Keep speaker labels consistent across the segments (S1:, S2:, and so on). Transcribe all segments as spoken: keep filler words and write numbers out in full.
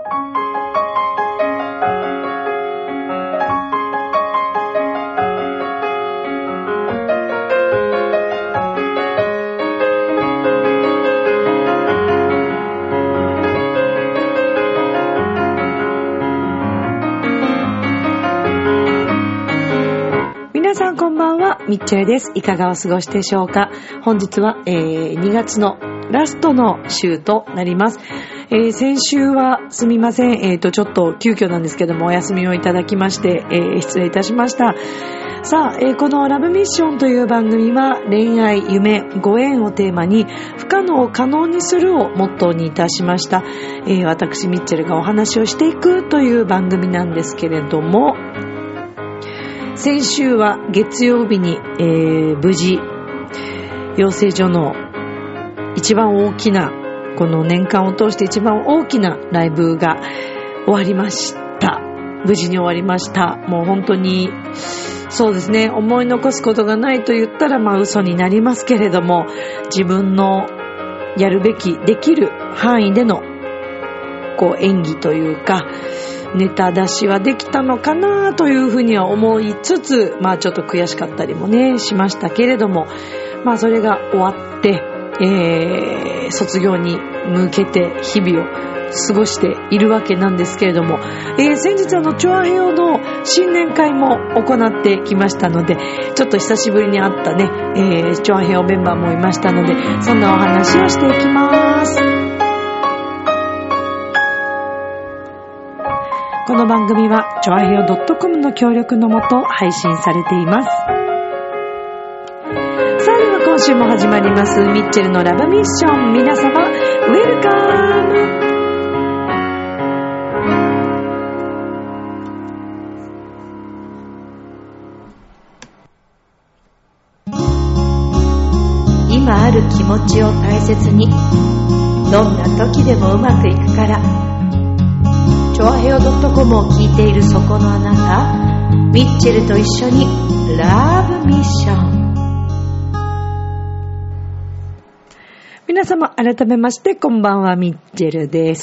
S1: 皆さんこんばんは、ミッチェルです。いかがお過ごしでしょうか。本日は、えー、にがつのラストの週となります。えー、先週はすみません、えーとちょっと急遽なんですけどもお休みをいただきまして、えー、失礼いたしました。さあ、えー、このラブミッションという番組は恋愛、夢、ご縁をテーマに不可能を可能にするをモットーにいたしました。えー、私ミッチェルがお話をしていくという番組なんですけれども、先週は月曜日に、えー、無事養成所の一番大きな、この年間を通して一番大きなライブが終わりました。無事に終わりました。もう本当にそうですね、思い残すことがないと言ったらまあ嘘になりますけれども、自分のやるべきできる範囲でのこう演技というかネタ出しはできたのかなというふうには思いつつ、まあちょっと悔しかったりもねしましたけれども、まあそれが終わって、えー、卒業に向けて日々を過ごしているわけなんですけれども、えー、先日あのチョアヘオの新年会も行ってきましたので、ちょっと久しぶりに会ったね、えー、チョアヘオメンバーもいましたので、そんなお話をしていきます。この番組はチョアヘオ .com の協力のもと配信されています。さあでは今週も始まりますミッチェルのラブミッション、皆様ウェルカム。今ある気持ちを大切に、どんな時でもうまくいくから。チョアヘオ .com を聞いているそこのあなた、ミッチェルと一緒にラブミッション。皆様改めましてこんばんは、ミッチェルです。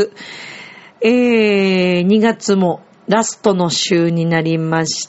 S1: えー、にがつもラストの週になりました。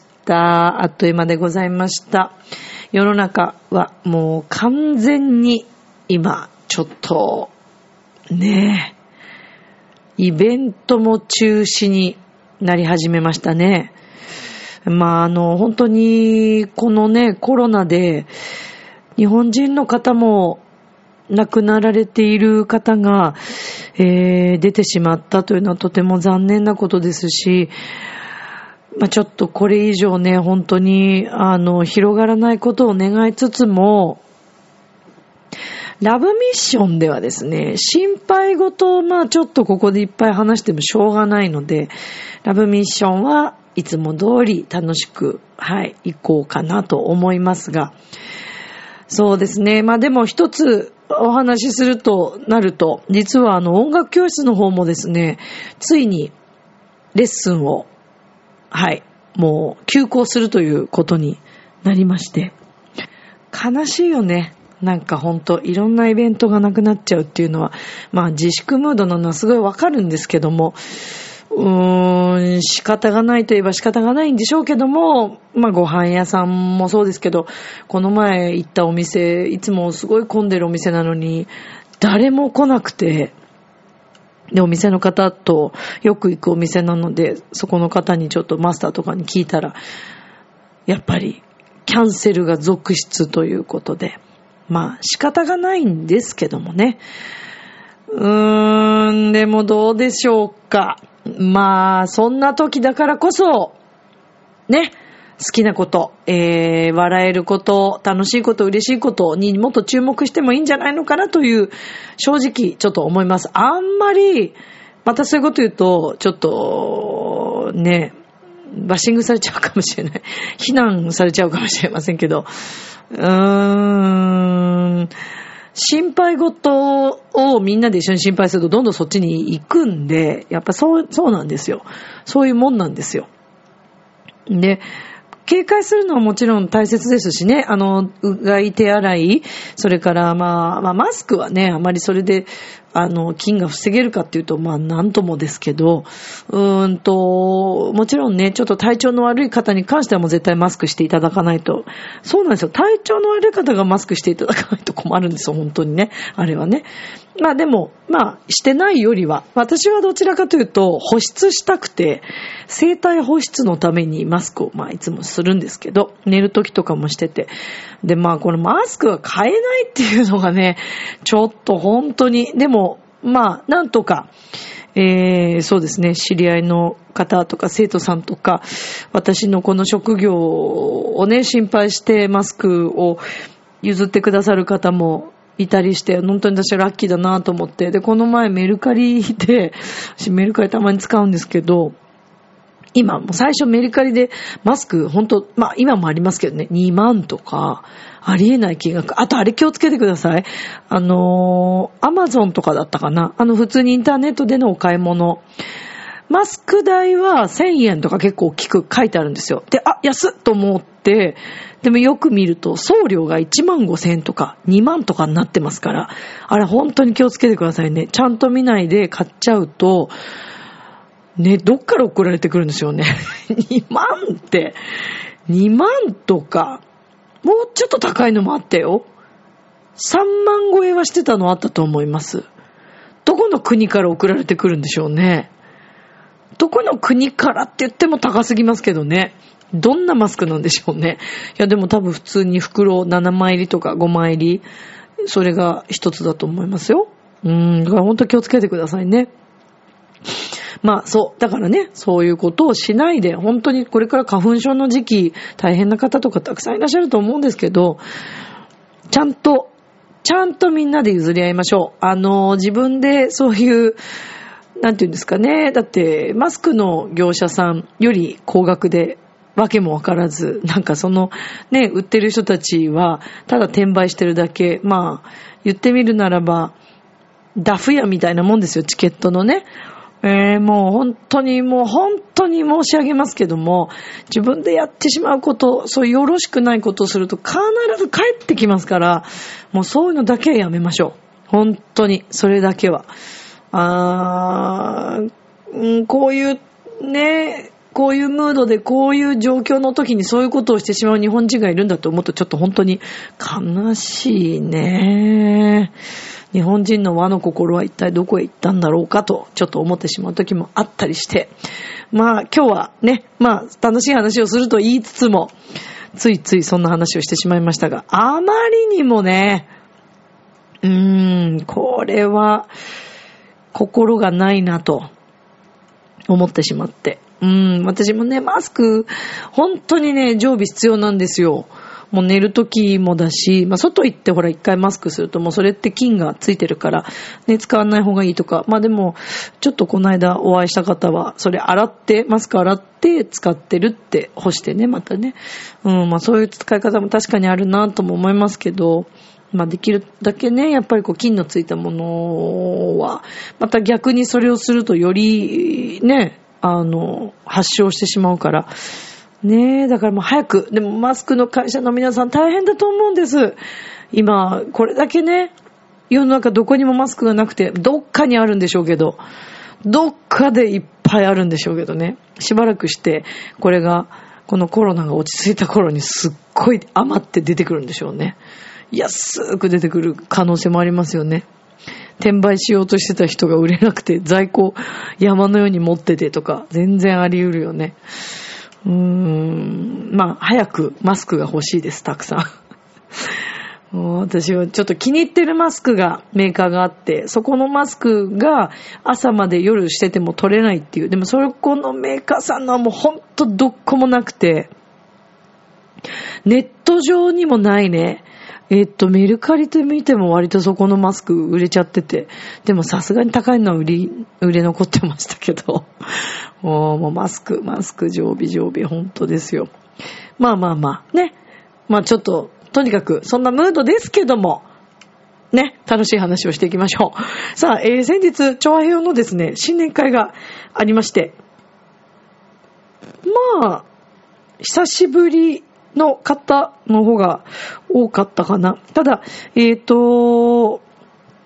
S1: あっという間でございました。世の中はもう完全に今ちょっとねえ、イベントも中止になり始めましたね。まああの本当にこのねコロナで日本人の方も亡くなられている方が、えー、出てしまったというのはとても残念なことですし、まあ、ちょっとこれ以上ね本当にあの広がらないことを願いつつも、ラブミッションではですね、心配事をまあちょっとここでいっぱい話してもしょうがないので、ラブミッションはいつも通り楽しくはい行こうかなと思いますが、そうですね、まあでも一つお話しするとなると、実はあの音楽教室の方もですね、ついにレッスンをはいもう休校するということになりまして、悲しいよね。なんかほんといろんなイベントがなくなっちゃうっていうのは、まあ自粛ムードなのはすごいわかるんですけども、うーん仕方がないといえば仕方がないんでしょうけども、まあご飯屋さんもそうですけど、この前行ったお店、いつもすごい混んでるお店なのに誰も来なくて、でお店の方とよく行くお店なので、そこの方にちょっとマスターとかに聞いたら、やっぱりキャンセルが続出ということで、まあ仕方がないんですけどもね。うーん、でもどうでしょうか。まあそんな時だからこそね、好きなこと、えー、笑えること、楽しいこと、嬉しいことにもっと注目してもいいんじゃないのかなという正直ちょっと思います。あんまりまたそういうこと言うとちょっとねバッシングされちゃうかもしれない、非難されちゃうかもしれませんけど、うーん心配事をみんなで一緒に心配するとどんどんそっちに行くんで、やっぱそうそうなんですよ。そういうもんなんですよ。で、警戒するのはもちろん大切ですしね、あのうがい手洗い、それからまあ、まあ、マスクはねあまりそれであの、菌が防げるかっていうと、まあ、なんともですけど、うーんと、もちろんね、ちょっと体調の悪い方に関してはもう絶対マスクしていただかないと。そうなんですよ。体調の悪い方がマスクしていただかないと困るんですよ、本当にね。あれはね。まあでも、まあ、してないよりは、私はどちらかというと、保湿したくて、生体保湿のためにマスクを、まあ、いつもするんですけど、寝る時とかもしてて。で、まあ、このマスクが買えないっていうのがね、ちょっと本当に、でも、まあ、なんとか、えー、そうですね、知り合いの方とか生徒さんとか、私のこの職業をね、心配してマスクを譲ってくださる方もいたりして、本当に私はラッキーだなと思って、で、この前メルカリで、私メルカリたまに使うんですけど、今、もう最初メルカリでマスク、本当まあ今もありますけどね、にまんとか、ありえない金額。あとあれ気をつけてください。あのー、アマゾンとかだったかな。あの普通にインターネットでのお買い物。マスク代はせんえんとか結構大きく書いてあるんですよ。で、あ、安っと思って、でもよく見ると送料がいちまんごせんえんとかにまんとかになってますから、あれ本当に気をつけてくださいね。ちゃんと見ないで買っちゃうと、ね、どっから送られてくるんですよね。にまんって、にまんとか、もうちょっと高いのもあったよ。さんまん超えはしてたのあったと思います。どこの国から送られてくるんでしょうね。どこの国からって言っても高すぎますけどね。どんなマスクなんでしょうね。いやでも多分普通に袋ななまい入りとかごまい入り、それが一つだと思いますよ。うーん、だから本当気をつけてくださいね。まあそう、だからね、そういうことをしないで、本当にこれから花粉症の時期、大変な方とかたくさんいらっしゃると思うんですけど、ちゃんと、ちゃんとみんなで譲り合いましょう。あの、自分でそういう、なんていうんですかね、だってマスクの業者さんより高額で、わけもわからず、なんかそのね、売ってる人たちは、ただ転売してるだけ、まあ、言ってみるならば、ダフ屋みたいなもんですよ、チケットのね。えー、もう本当にもう本当に申し上げますけども、自分でやってしまうこと、そうよろしくないことをすると必ず帰ってきますから、もうそういうのだけはやめましょう。本当に、それだけは。あー、うん、こういうね、こういうムードでこういう状況の時にそういうことをしてしまう日本人がいるんだと思うとちょっと本当に悲しいね。日本人の和の心は一体どこへ行ったんだろうかとちょっと思ってしまう時もあったりして、まあ今日はね、まあ楽しい話をすると言いつつもついついそんな話をしてしまいましたが、あまりにもね、うーん、これは心がないなと思ってしまって、うーん、私もねマスク本当にね常備必要なんですよ。もう寝るときもだし、まあ、外行ってほら一回マスクするともうそれって菌がついてるから、ね、使わない方がいいとか、まあでも、ちょっとこの間お会いした方は、それ洗って、マスク洗って使ってるって干してね、またね。うん、まあそういう使い方も確かにあるなとも思いますけど、まあできるだけね、やっぱりこう菌のついたものは、また逆にそれをするとより、ね、あの、発症してしまうから、ねえ、だからもう早く、でもマスクの会社の皆さん大変だと思うんです。今、これだけね、世の中どこにもマスクがなくて、どっかにあるんでしょうけど、どっかでいっぱいあるんでしょうけどね。しばらくして、これが、このコロナが落ち着いた頃にすっごい余って出てくるんでしょうね。安く出てくる可能性もありますよね。転売しようとしてた人が売れなくて、在庫山のように持っててとか、全然あり得るよね。うーん、まあ早くマスクが欲しいです、たくさん。もう私はちょっと気に入ってるマスクがメーカーがあって、そこのマスクが朝まで夜してても取れないっていう。でもそこのメーカーさんのはもうほんとどっこもなくて、ネット上にもないね。えっと、メルカリで見ても割とそこのマスク売れちゃってて、でもさすがに高いのは売り、売れ残ってましたけど、もう、もうマスク、マスク常備常備、本当ですよ。まあまあまあ、ね。まあちょっと、とにかく、そんなムードですけども、ね、楽しい話をしていきましょう。さあ、えー、先日、調和平和のですね、新年会がありまして、まあ、久しぶりの方の方が多かったかな。ただ、えっと、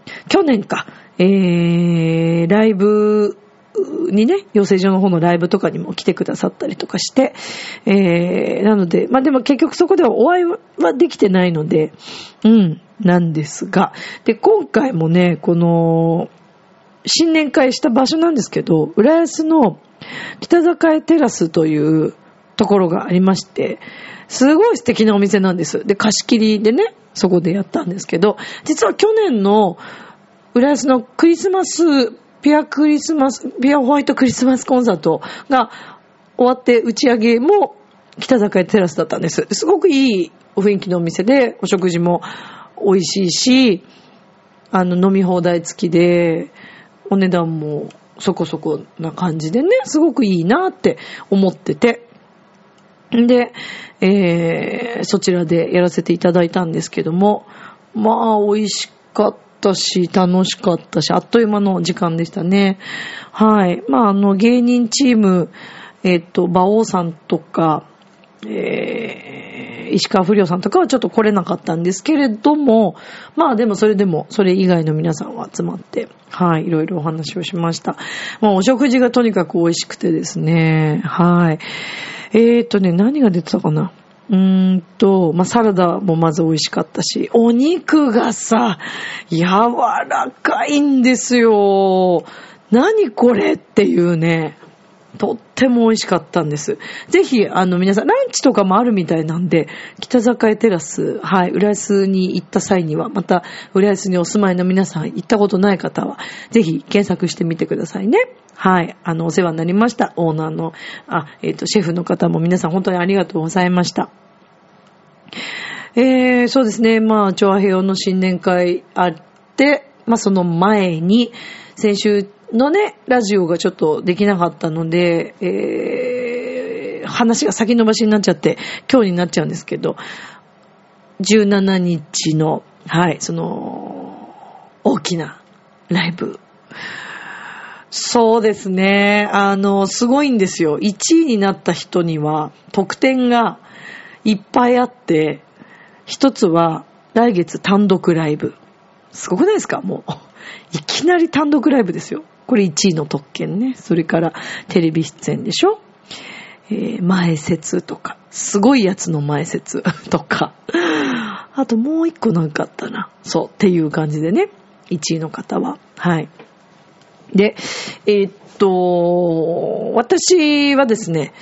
S1: 去年か、えー、ライブにね、養成所の方のライブとかにも来てくださったりとかして、えー、なので、まあでも結局そこではお会いはできてないので、うん、なんですが、で、今回もね、この、新年会した場所なんですけど、浦安の北栄テラスというところがありまして、すごい素敵なお店なんです。で、貸し切りでね、そこでやったんですけど、実は去年の浦安のクリスマス、ピアクリスマス、ピアホワイトクリスマスコンサートが終わって打ち上げも北栄テラスだったんです。すごくいい雰囲気のお店で、お食事も美味しいし、あの、飲み放題付きで、お値段もそこそこな感じでね、すごくいいなって思ってて。で、えー、そちらでやらせていただいたんですけども、まあ、美味しかったし、楽しかったし、あっという間の時間でしたね。はい。まあ、あの、芸人チーム、えっと、馬王さんとか、えー、石川不良さんとかはちょっと来れなかったんですけれども、まあでもそれでも、それ以外の皆さんは集まって、はい、いろいろお話をしました。まあお食事がとにかく美味しくてですね、はい。えーとね、何が出てたかな。うーんと、まあサラダもまず美味しかったし、お肉がさ、柔らかいんですよ。何これっていうね。とっても美味しかったんです。ぜひ、あの、皆さん、ランチとかもあるみたいなんで、北栄テラス、はい、浦安に行った際には、また、浦安にお住まいの皆さん、行ったことない方は、ぜひ検索してみてくださいね。はい、あの、お世話になりました。オーナーの、あ、えっと、シェフの方も皆さん本当にありがとうございました。えー、そうですね、まあ、調和平和の新年会あって、まあ、その前に、先週、のね、ラジオがちょっとできなかったので、えー、話が先延ばしになっちゃって、今日になっちゃうんですけど、じゅうしちにちの、はい、その、大きなライブ。そうですね、あの、すごいんですよ。いちいになった人には、特典がいっぱいあって、一つは、来月単独ライブ。すごくないですか？もう、いきなり単独ライブですよ。これいちいの特権ね。それからテレビ出演でしょ、えー、前説とか。すごいやつの前説とか。あともう一個なんかあったな。そう。っていう感じでね。いちいの方は。はい。で、えー、っと、私はですね、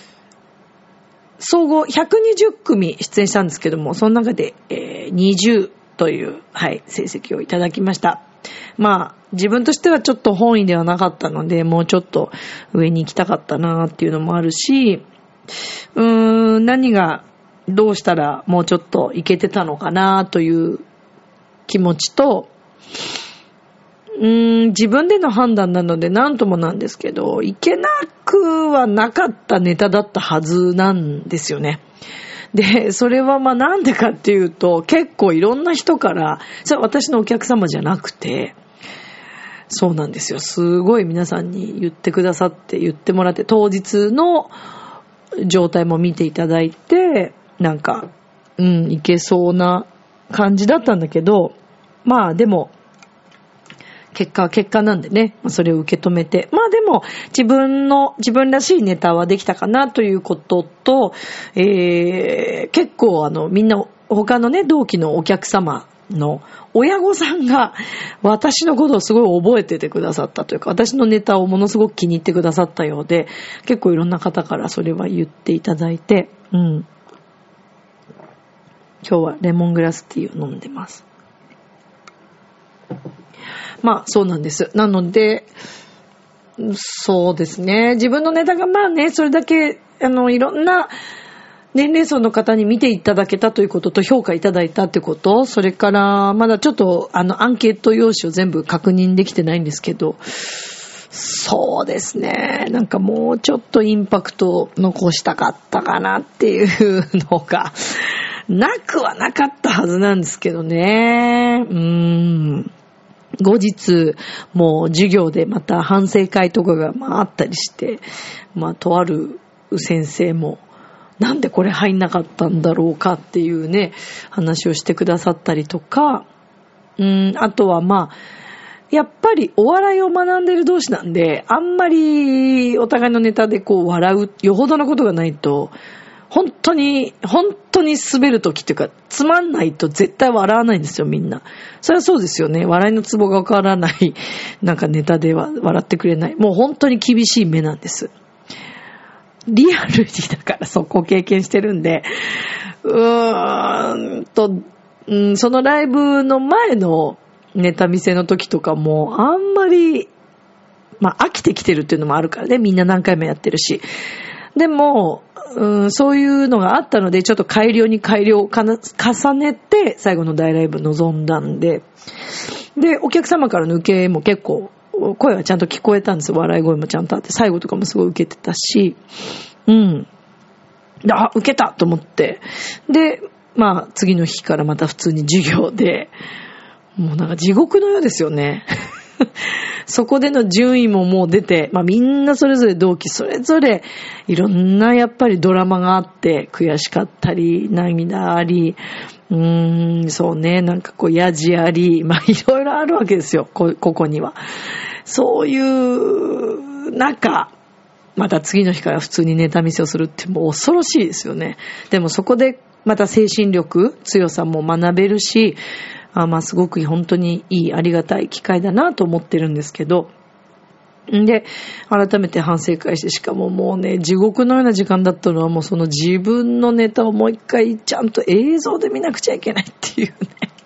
S1: 総合ひゃくにじゅっくみ出演したんですけども、その中で、えー、にじゅうという、はい、成績をいただきました。まあ、自分としてはちょっと本意ではなかったので、もうちょっと上に行きたかったなっていうのもあるし、うーん、何がどうしたらもうちょっといけてたのかなという気持ちと、うーん、自分での判断なので何ともなんですけど、いけなくはなかったネタだったはずなんですよね。で、それはまあなんでかっていうと、結構いろんな人から、それは私のお客様じゃなくて、そうなんですよ。すごい皆さんに言ってくださって言ってもらって、当日の状態も見ていただいて、なんか、うん、いけそうな感じだったんだけど、まあでも、結果は結果なんでね、それを受け止めて、まあでも自分の自分らしいネタはできたかなということと、えー、結構あのみんな他のね同期のお客様の親御さんが私のことをすごい覚えててくださったというか、私のネタをものすごく気に入ってくださったようで、結構いろんな方からそれは言っていただいて、うん。今日はレモングラスティーを飲んでます。まあそうなんです。なので、そうですね。自分のネタがまあね、それだけ、あの、いろんな年齢層の方に見ていただけたということと評価いただいたってこと、それからまだちょっとあのアンケート用紙を全部確認できてないんですけど、そうですね。なんかもうちょっとインパクトを残したかったかなっていうのが、なくはなかったはずなんですけどね。うーん。後日、もう授業でまた反省会とかがまああったりして、まあとある先生も、なんでこれ入んなかったんだろうかっていうね、話をしてくださったりとか、 うん、あとはまあ、やっぱりお笑いを学んでる同士なんで、あんまりお互いのネタでこう笑う、よほどのことがないと、本当に、本当に滑るときっていうか、つまんないと絶対笑わないんですよ、みんな。それはそうですよね。笑いのツボがわからない、なんかネタでは笑ってくれない。もう本当に厳しい目なんです。リアルにだからそこを経験してるんで、うーんと、うん、そのライブの前のネタ見せの時とかも、あんまり、まあ飽きてきてるっていうのもあるからね、みんな何回もやってるし。でも、うん、そういうのがあったので、ちょっと改良に改良をかな重ねて、最後の大ライブ臨んだんで、で、お客様からの受けも結構、声はちゃんと聞こえたんですよ。笑い声もちゃんとあって、最後とかもすごい受けてたし、うん。あ、受けたと思って。で、まあ、次の日からまた普通に授業で、もうなんか地獄のようですよね。そこでの順位ももう出て、まあみんなそれぞれ同期それぞれいろんなやっぱりドラマがあって、悔しかったり、涙あり、うーん、そうね、なんかこうやじあり、まあいろいろあるわけですよ、こ、ここには。そういう中、また次の日から普通にネタ見せをするってもう恐ろしいですよね。でもそこでまた精神力、強さも学べるし、あまあすごく本当にいいありがたい機会だなと思ってるんですけど、で改めて反省会して、しかももうね地獄のような時間だったのは、もうその自分のネタをもう一回ちゃんと映像で見なくちゃいけないっていうね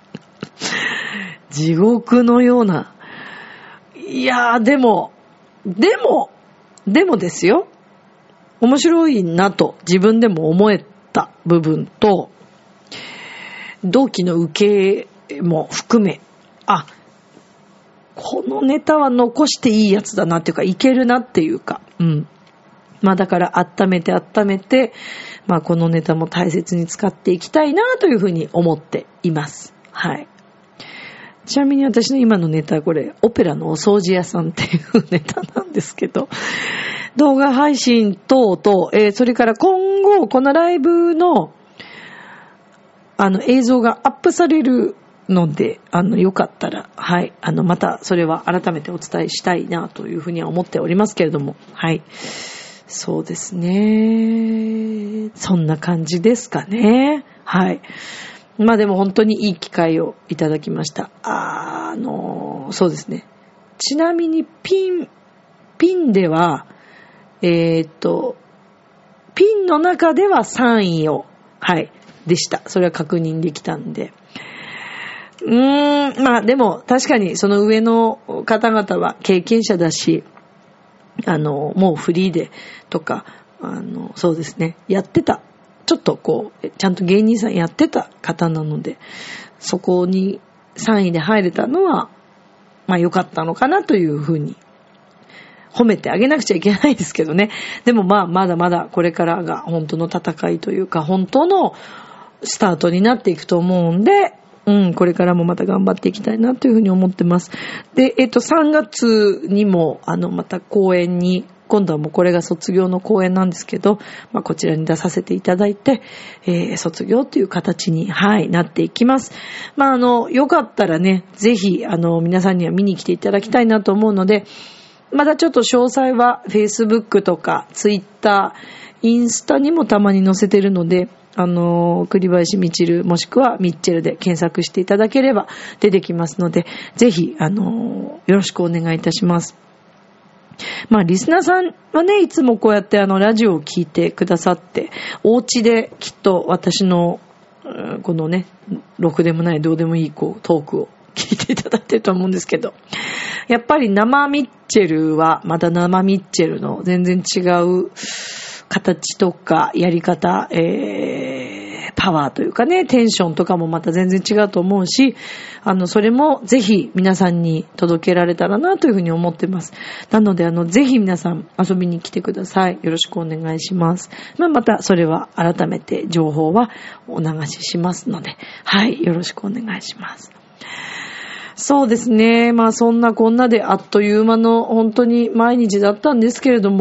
S1: 地獄のような、いやーでもでもでもですよ、面白いなと自分でも思えた部分と、同期の受けも含め、あ、このネタは残していいやつだなっていうか、いけるなっていうか、うん。まあだから温めて温めて、まあこのネタも大切に使っていきたいなというふうに思っています。はい。ちなみに私の今のネタ、これオペラのお掃除屋さんっていうネタなんですけど、動画配信等々、えー、それから今後このライブのあの映像がアップされるので、あのよかったら、はい、あのまたそれは改めてお伝えしたいなというふうには思っておりますけれども、はい、そうですね、そんな感じですかね。はい。まあでも本当にいい機会をいただきました。あ、あのそうですね。ちなみにピンピンではえー、っとピンの中ではさんいを、はいでした。それは確認できたんで。うーん、まあでも確かにその上の方々は経験者だし、あのもうフリーでとか、あのそうですね、やってた、ちょっとこうちゃんと芸人さんやってた方なので、そこにさんいで入れたのはまあ良かったのかなというふうに褒めてあげなくちゃいけないですけどね。でもまあまだまだこれからが本当の戦いというか、本当のスタートになっていくと思うんで、うん、これからもまた頑張っていきたいなというふうに思ってます。で、えっと、さんがつにも、あの、また公演に、今度はもうこれが卒業の公演なんですけど、まあ、こちらに出させていただいて、えー、卒業という形に、はい、なっていきます。まあ、あの、よかったらね、ぜひ、あの、皆さんには見に来ていただきたいなと思うので、まだちょっと詳細は Facebook とか Twitter、インスタにもたまに載せてるので、あの、栗林みちるもしくはミッチェルで検索していただければ出てきますので、ぜひ、あの、よろしくお願いいたします。まあ、リスナーさんはね、いつもこうやってあの、ラジオを聞いてくださって、お家できっと私の、このね、ろくでもないどうでもいいこうトークを聞いていただいてると思うんですけど、やっぱり生ミッチェルはまた生ミッチェルの全然違う形とかやり方、えー、パワーというかね、テンションとかもまた全然違うと思うし、あのそれもぜひ皆さんに届けられたらなというふうに思ってます。なのであのぜひ皆さん遊びに来てください。よろしくお願いします。まあ、またそれは改めて情報はお流ししますので、はい、よろしくお願いします。そうですね。まあそんなこんなであっという間の本当に毎日だったんですけれども、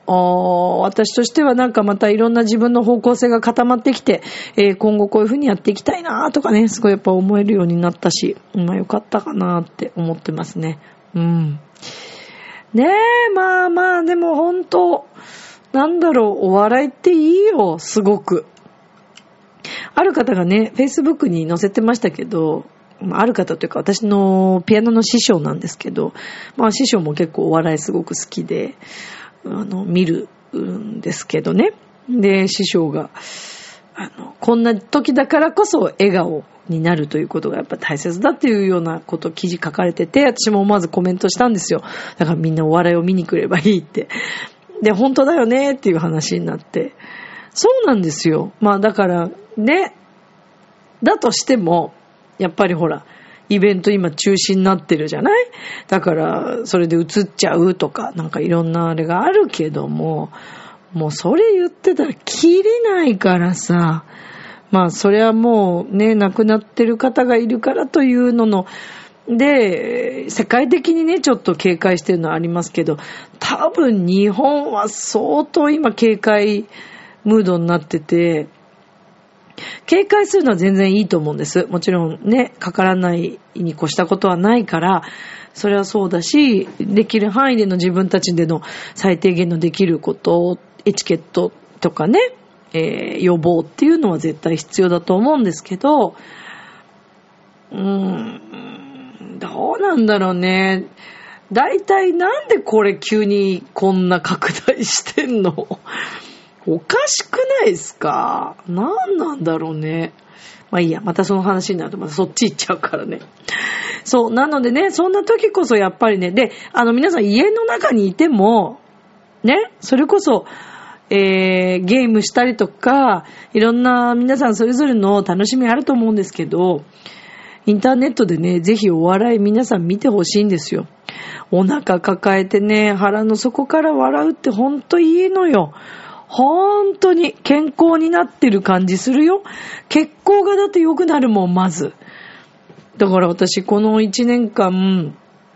S1: 私としてはなんかまたいろんな自分の方向性が固まってきて、えー、今後こういう風にやっていきたいなとかね、すごいやっぱ思えるようになったし、まあよかったかなって思ってますね。うん。ねえ、まあまあ、でも本当、なんだろう、お笑いっていいよ、すごく。ある方がね、Facebook に載せてましたけど、ある方というか私のピアノの師匠なんですけど、まあ師匠も結構お笑いすごく好きで、あの、見るんですけどね。で、師匠が、あの、こんな時だからこそ笑顔になるということがやっぱ大切だっていうようなことを記事書かれてて、私も思わずコメントしたんですよ。だからみんなお笑いを見に来ればいいって。で、本当だよねっていう話になって。そうなんですよ。まあだからね、だとしても、やっぱりほら、イベント今中止になってるじゃない？だから、それで映っちゃうとか、なんかいろんなあれがあるけども、もうそれ言ってたら切れないからさ、まあそれはもうね、亡くなってる方がいるからというのの、で、世界的にね、ちょっと警戒してるのはありますけど、多分日本は相当今警戒ムードになってて、警戒するのは全然いいと思うんです。もちろんね、かからないに越したことはないから、それはそうだし、できる範囲での自分たちでの最低限のできること、エチケットとかね、えー、予防っていうのは絶対必要だと思うんですけど、うーん、どうなんだろうね。だいたいなんでこれ急にこんな拡大してんの？おかしくないですか？なんなんだろうね。まあいいや、またその話になるとまたそっち行っちゃうからね。そう、なのでね、そんな時こそやっぱりね、で、あの皆さん家の中にいても、ね、それこそ、えー、ゲームしたりとか、いろんな皆さんそれぞれの楽しみあると思うんですけど、インターネットでね、ぜひお笑い皆さん見てほしいんですよ。お腹抱えてね、腹の底から笑うってほんといいのよ。本当に健康になってる感じするよ。血行がだって良くなるもん、まず。だから私この一年間、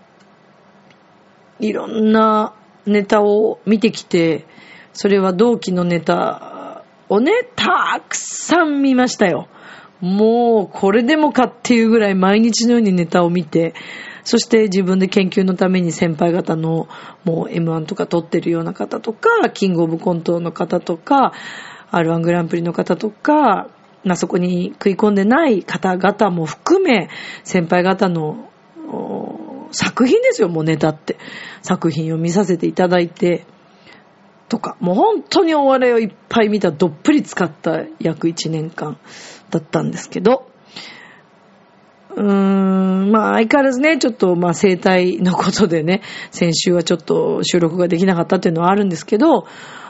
S1: いろんなネタを見てきて、それは同期のネタをね、たくさん見ましたよ。もうこれでもかっていうぐらい毎日のようにネタを見て、そして自分で研究のために先輩方のもう エムワン とか取ってるような方とか、キングオブコントの方とか、アールワン グランプリの方とか、まあ、そこに食い込んでない方々も含め、先輩方の作品ですよ、もうネタって。作品を見させていただいて、とか、もう本当にお笑いをいっぱい見た、どっぷり使った約いちねんかんだったんですけど、うーん、まあ相変わらずね、ちょっとまあ生態のことでね、先週はちょっと収録ができなかったっていうのはあるんですけど、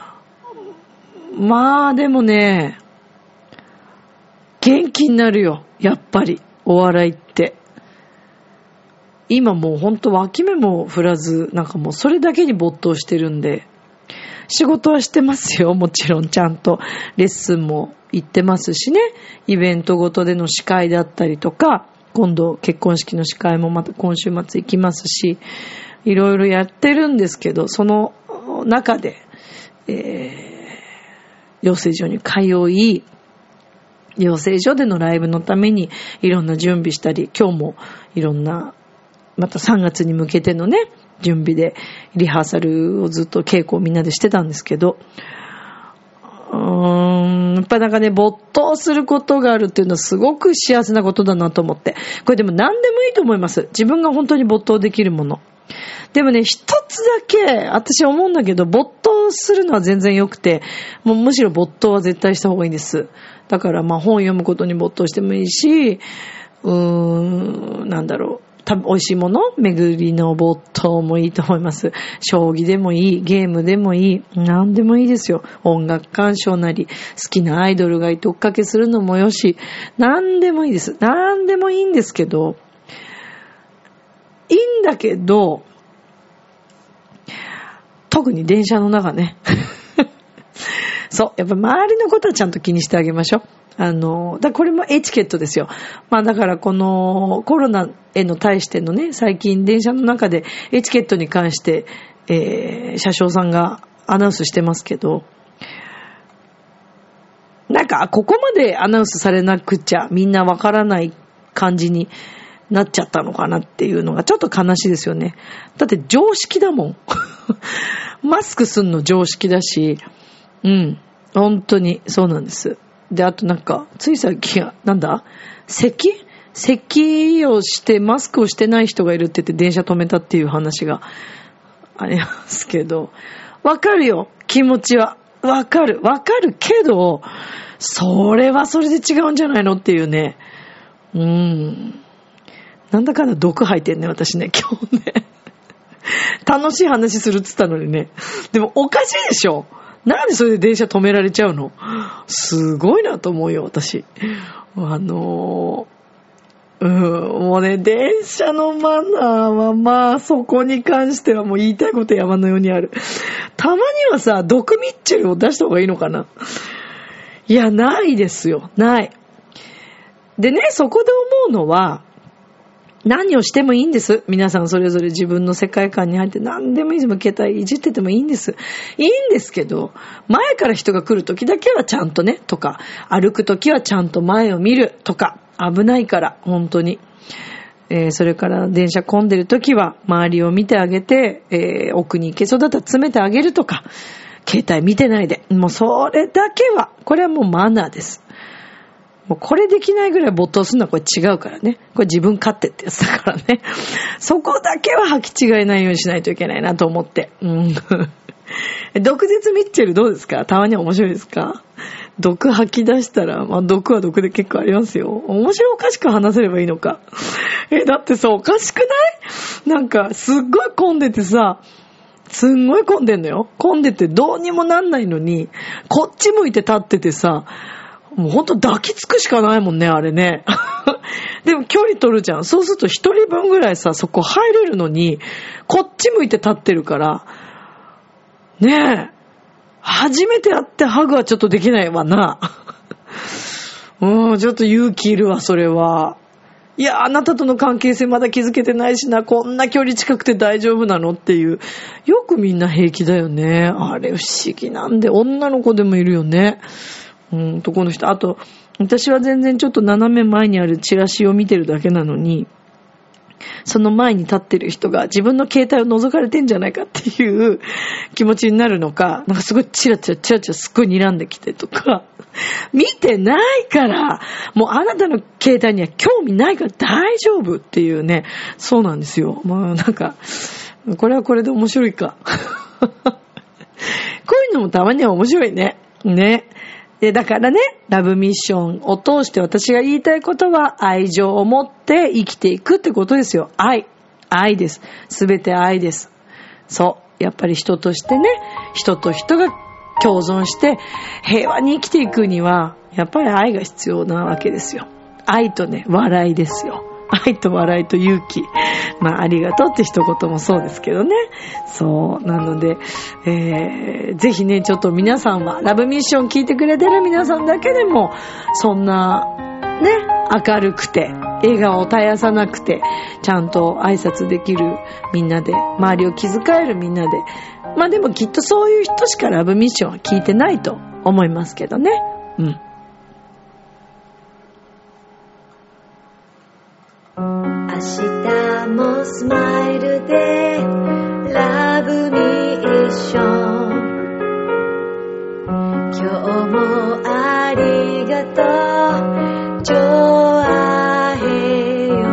S1: まあでもね、元気になるよ、やっぱり、お笑いって。今もうほんと脇目も振らず、なんかもうそれだけに没頭してるんで、仕事はしてますよ、もちろんちゃんとレッスンも行ってますしね、イベントごとでの司会だったりとか、今度結婚式の司会もまた今週末行きますし、いろいろやってるんですけど、その中で、えー、養成所に通い、養成所でのライブのためにいろんな準備したり、今日もいろんな、またさんがつに向けてのね、準備でリハーサルをずっと稽古をみんなでしてたんですけど、うーん、やっぱなんかね、没頭することがあるっていうのはすごく幸せなことだなと思って。これでも何でもいいと思います。自分が本当に没頭できるもの。でもね、一つだけ、私思うんだけど、没頭するのは全然良くて、もうむしろ没頭は絶対した方がいいんです。だからまあ本読むことに没頭してもいいし、うーん、なんだろう。多分美味しいもの巡りの没頭もいいと思います。将棋でもいい、ゲームでもいい、何でもいいですよ。音楽鑑賞なり、好きなアイドルがいて追っかけするのもよし、何でもいいです。何でもいいんですけど、いいんだけど、特に電車の中ね。そう、やっぱ周りのことはちゃんと気にしてあげましょう。あの、だこれもエチケットですよ。まあだからこのコロナへの対してのね、最近電車の中でエチケットに関して、えー、車掌さんがアナウンスしてますけど、なんかここまでアナウンスされなくちゃみんなわからない感じになっちゃったのかなっていうのがちょっと悲しいですよね。だって常識だもん。マスクすんの常識だし、うん、本当にそうなんです。で、あとなんかついさっきがなんだ咳咳をしてマスクをしてない人がいるって言って電車止めたっていう話がありますけど、わかるよ、気持ちはわかるわかるけど、それはそれで違うんじゃないのっていうね。うーん、なんだかんだ毒吐いてんね私ね今日ね。楽しい話するっつったのにね。でもおかしいでしょ。なんでそれで電車止められちゃうの？すごいなと思うよ私。あのー、うん、もうね、電車のマナーはまあそこに関してはもう言いたいこと山のようにある。たまにはさ、毒ミッチェルを出した方がいいのかな。いや、ないですよ、ない。でね、そこで思うのは、何をしてもいいんです。皆さんそれぞれ自分の世界観に入って何でもいいです。携帯いじっててもいいんです。いいんですけど、前から人が来るときだけはちゃんとね、とか、歩くときはちゃんと前を見るとか、危ないから、本当に。えー、それから電車混んでるときは周りを見てあげて、えー、奥に行けそうだったら詰めてあげるとか、携帯見てないで。もうそれだけは、これはもうマナーです。もうこれできないぐらい没頭するのはこれ違うからね。これ自分勝手ってやつだからね。そこだけは履き違えないようにしないといけないなと思って。うん。毒舌ミッチェルどうですか？たまには面白いですか？毒吐き出したら、まあ毒は毒で結構ありますよ。面白おかしく話せればいいのか。え、だってさ、おかしくない？なんかすっごい混んでてさ、すんごい混んでんのよ。混んでてどうにもなんないのに、こっち向いて立っててさ、もうほんと抱きつくしかないもんね、あれね。でも距離取るじゃん。そうすると一人分ぐらいさ、そこ入れるのに、こっち向いて立ってるから、ねえ、初めて会ってハグはちょっとできないわな。うん、ちょっと勇気いるわ、それは。いや、あなたとの関係性まだ気づけてないしな、こんな距離近くて大丈夫なのっていう。よくみんな平気だよね。あれ不思議なんで、女の子でもいるよね。うん、男の人。あと、私は全然ちょっと斜め前にあるチラシを見てるだけなのに、その前に立ってる人が自分の携帯を覗かれてんじゃないかっていう気持ちになるのか、なんかすごいチラチラチラチラすっごい睨んできてとか、見てないから、もうあなたの携帯には興味ないから大丈夫っていうね、そうなんですよ。まあなんか、これはこれで面白いか。こういうのもたまには面白いね。ね。で、だからね、ラブミッションを通して私が言いたいことは愛情を持って生きていくってことですよ。愛。愛です。すべて愛です。そう。やっぱり人としてね、人と人が共存して平和に生きていくには、やっぱり愛が必要なわけですよ。愛とね、笑いですよ。愛と笑いと勇気。まあ、ありがとうって一言もそうですけどね。そう。なので、えー、ぜひね、ちょっと皆さんは、ラブミッション聞いてくれてる皆さんだけでも、そんな、ね、明るくて、笑顔を絶やさなくて、ちゃんと挨拶できるみんなで、周りを気遣えるみんなで。まあでもきっとそういう人しかラブミッションは聞いてないと思いますけどね。うん。
S2: 明日もスマイルでラブミッション、今日もありがとうジョアヘヨ。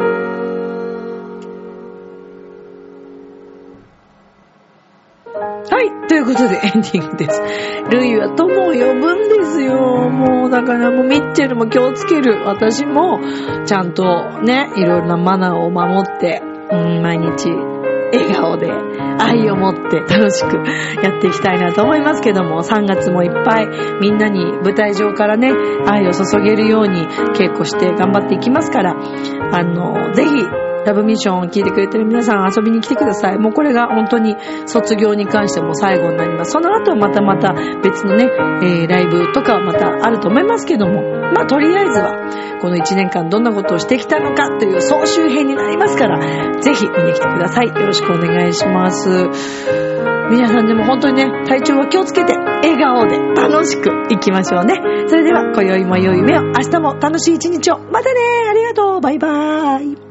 S1: はい、ということでエンディングです。ルイは友を呼ぶんですよ。もうだからもうミッチェルも気をつける。私もちゃんとね、いろいろなマナーを守って、うん、毎日笑顔で愛を持って楽しくやっていきたいなと思いますけども、さんがつもいっぱいみんなに舞台上からね、愛を注げるように稽古して頑張っていきますから、あの、ぜひラブミッションを聞いてくれてる皆さん遊びに来てください。もうこれが本当に卒業に関しても最後になります。その後またまた別のね、えー、ライブとかはまたあると思いますけども、まあとりあえずはこのいちねんかんどんなことをしてきたのかという総集編になりますから、ぜひ見に来てください。よろしくお願いします。 皆さんでも本当にね、体調は気をつけて、笑顔で楽しくいきましょうね。それでは、今宵も良い夢を、明日も楽しい一日を。またね、ありがとう、バイバーイ。